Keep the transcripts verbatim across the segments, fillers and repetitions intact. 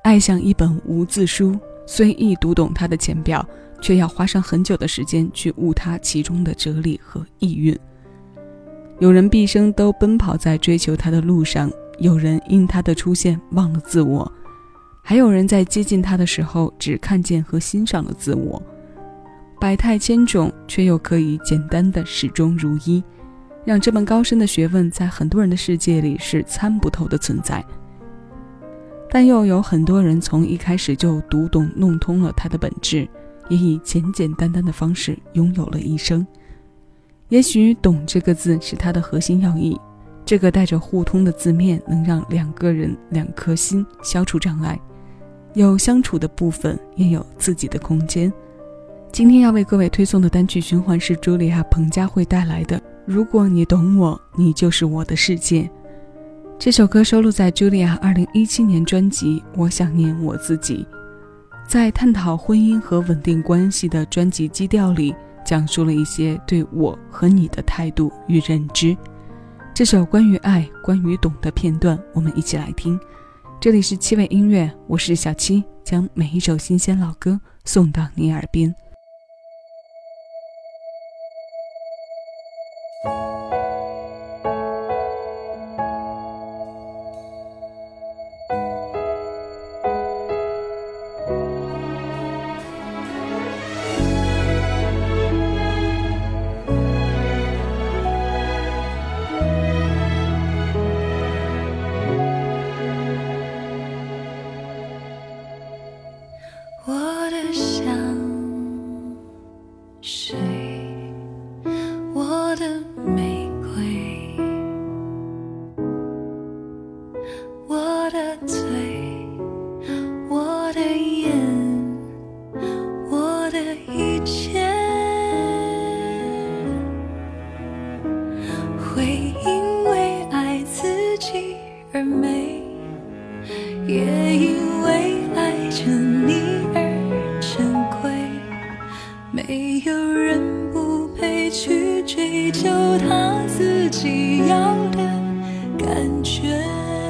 爱像一本无字书，虽易读懂它的浅表，却要花上很久的时间去悟它其中的哲理和意蕴。有人毕生都奔跑在追求它的路上，有人因它的出现忘了自我，还有人在接近它的时候只看见和欣赏了自我。百态千种，却又可以简单的始终如一，让这门高深的学问在很多人的世界里是参不透的存在。但又有很多人从一开始就读懂弄通了它的本质，也以简简单单的方式拥有了一生。也许懂这个字是它的核心要义，这个带着互通的字面能让两个人两颗心消除障碍，有相处的部分，也有自己的空间。今天要为各位推送的单曲循环是茱莉亚·彭佳慧带来的《如果你懂我，你就是我的世界》。这首歌收录在茱莉亚二零一七年专辑《我想念我自己》。在探讨婚姻和稳定关系的专辑基调里，讲述了一些对我和你的态度与认知。这首关于爱、关于懂的片段，我们一起来听。这里是七味音乐，我是小七，将每一首新鲜老歌送到你耳边。 我的香水，我的玫瑰，我的嘴，我的眼，我的一切，会因为爱自己而美，也因为爱着你没有人不配去追求他自己要的感觉。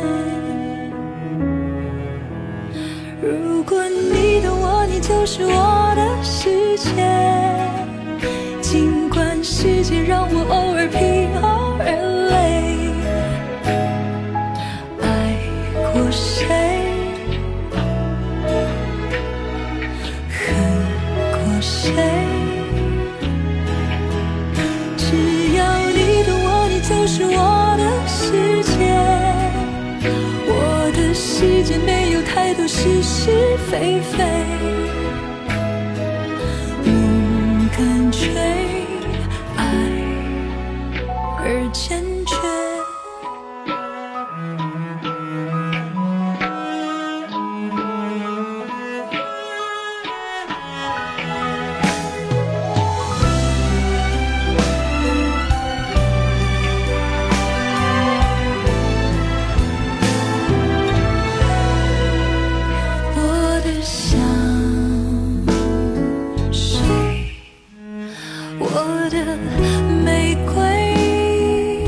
如果你懂我，你就是我的世界，尽管世界让我偶尔疲偶尔累，爱过谁，谁？只要你懂我，你就是我的世界。我的世界没有太多是是非非，梦跟随爱而坚决。我的玫瑰，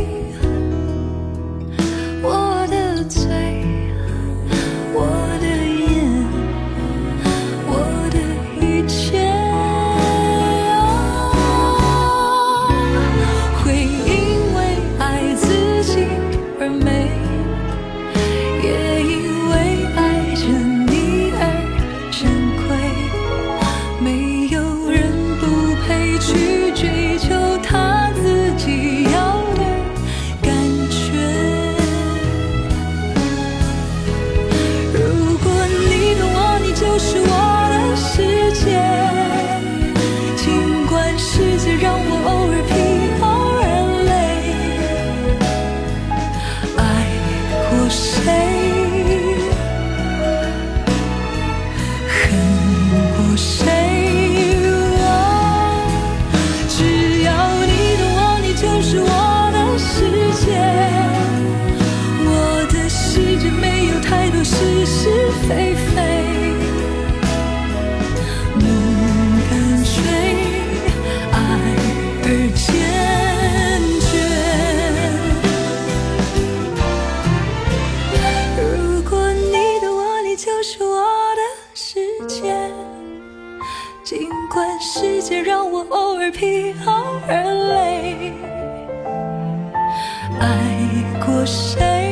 我的嘴，我的眼，我的一切，会因为爱自己而美，也因为爱着你而珍贵。没有人不配去追求他自己要的感觉。如果你懂我，你就是我的世界，尽管世界让我偶尔疲偶尔累，爱过谁，恨过谁，是我的世界，我的世界没有太多是是非非，梦跟随爱而坚决。如果你懂我，你就是我管世界让我偶尔疲劳而累。爱过谁？